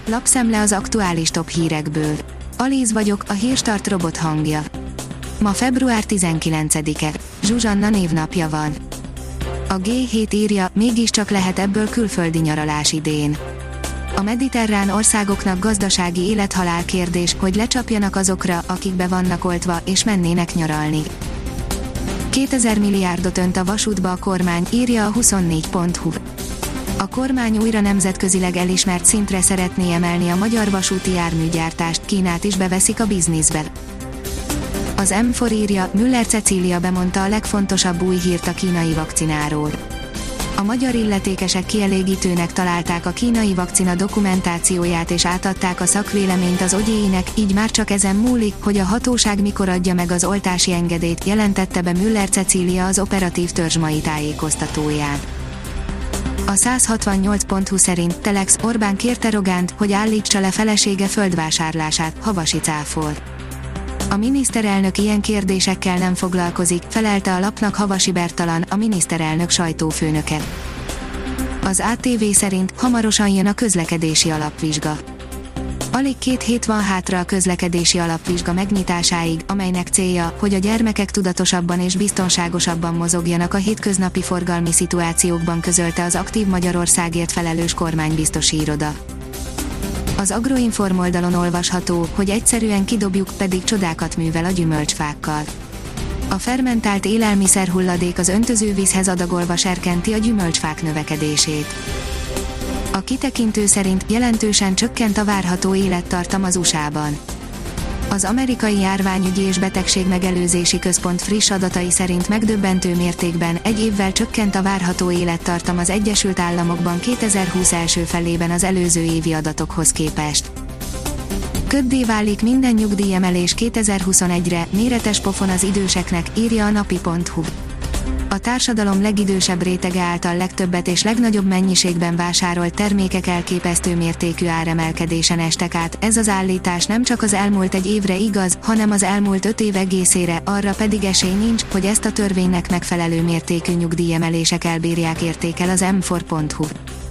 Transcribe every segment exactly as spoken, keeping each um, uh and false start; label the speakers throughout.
Speaker 1: Lapszemle az aktuális top hírekből. Alíz vagyok, a Hírstart robot hangja. Ma február tizenkilencedike. Zsuzsanna névnapja van. A gé hét írja, mégiscsak lehet ebből külföldi nyaralás idén. A mediterrán országoknak gazdasági élethalál kérdés, hogy lecsapjanak azokra, akik be vannak oltva, és mennének nyaralni. kétezer milliárdot önt a vasútba a kormány, írja a huszonnégy pont hu. A kormány újra nemzetközileg elismert szintre szeretné emelni a magyar vasúti járműgyártást, Kínát is beveszik a bizniszbe. Az em négy írja, Müller Cecília bemondta a legfontosabb új hírt a kínai vakcináról. A magyar illetékesek kielégítőnek találták a kínai vakcina dokumentációját és átadták a szakvéleményt az ogyéinek, így már csak ezen múlik, hogy a hatóság mikor adja meg az oltási engedélyt, jelentette be Müller Cecília az operatív törzs mai tájékoztatóján. A száz hatvannyolc pont hu szerint Telex Orbán kérte Rogánt, hogy állítsa le felesége földvásárlását, Havasi cáfol. A miniszterelnök ilyen kérdésekkel nem foglalkozik, felelte a lapnak Havasi Bertalan, a miniszterelnök sajtófőnöke. Az á té vé szerint hamarosan jön a közlekedési alapvizsga. Alig két hét van hátra a közlekedési alapvizsga megnyitásáig, amelynek célja, hogy a gyermekek tudatosabban és biztonságosabban mozogjanak a hétköznapi forgalmi szituációkban, közölte az Aktív Magyarországért felelős kormánybiztosi iroda. Az Agroinform oldalon olvasható, hogy egyszerűen kidobjuk, pedig csodákat művel a gyümölcsfákkal. A fermentált élelmiszer hulladék az öntözővízhez adagolva serkenti a gyümölcsfák növekedését. A kitekintő szerint jelentősen csökkent a várható élettartam az u es á-ban. Az amerikai járványügyi és betegségmegelőzési központ friss adatai szerint megdöbbentő mértékben egy évvel csökkent a várható élettartam az Egyesült Államokban kétezer-húsz első felében az előző évi adatokhoz képest. Köddé válik minden nyugdíjemelés kétezer-huszonegyre, méretes pofon az időseknek, írja a napi pont hu. A társadalom legidősebb rétege által legtöbbet és legnagyobb mennyiségben vásárolt termékek elképesztő mértékű áremelkedésen estek át, ez az állítás nem csak az elmúlt egy évre igaz, hanem az elmúlt öt év egészére, arra pedig esély nincs, hogy ezt a törvénynek megfelelő mértékű nyugdíjemelések elbírják, értékel az em négy pont hu.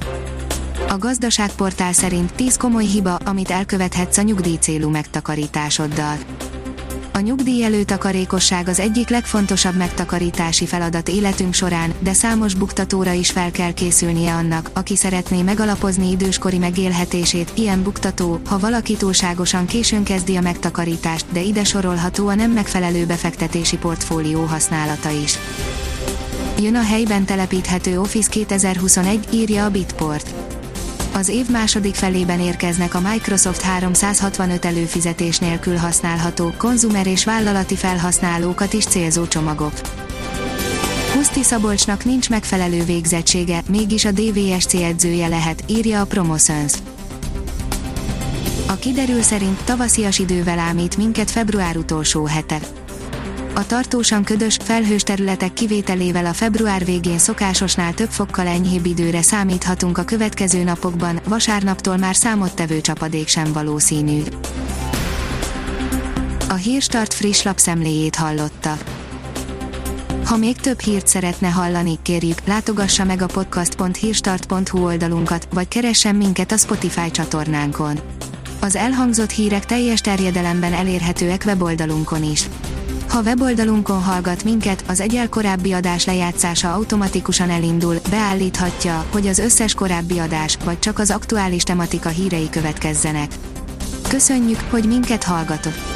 Speaker 1: A gazdaságportál szerint tíz komoly hiba, amit elkövethetsz a nyugdíjcélú megtakarításoddal. A nyugdíj előtakarékosság az egyik legfontosabb megtakarítási feladat életünk során, de számos buktatóra is fel kell készülnie annak, aki szeretné megalapozni időskori megélhetését. Ilyen buktató, ha valaki túlságosan későn kezdi a megtakarítást, de ide sorolható a nem megfelelő befektetési portfólió használata is. Jön a helyben telepíthető Office kétezer-huszonegy, írja a Bitport. Az év második felében érkeznek a Microsoft háromszázhatvanöt előfizetés nélkül használható, konzumer és vállalati felhasználókat is célzó csomagok. Huszti Szabolcsnak nincs megfelelő végzettsége, mégis a dé vé es cé edzője lehet, írja a Promotions. A kiderül szerint tavaszias idővel ámít minket február utolsó hete. A tartósan ködös, felhős területek kivételével a február végén szokásosnál több fokkal enyhébb időre számíthatunk a következő napokban, vasárnaptól már számottevő csapadék sem valószínű. A Hírstart friss lapszemléjét hallotta. Ha még több hírt szeretne hallani, kérjük, látogassa meg a podcast pont hírstart pont hu oldalunkat, vagy keressen minket a Spotify csatornánkon. Az elhangzott hírek teljes terjedelemben elérhetőek weboldalunkon is. Ha weboldalunkon hallgat minket, az egyel korábbi adás lejátszása automatikusan elindul, beállíthatja, hogy az összes korábbi adás, vagy csak az aktuális tematika hírei következzenek. Köszönjük, hogy minket hallgatott!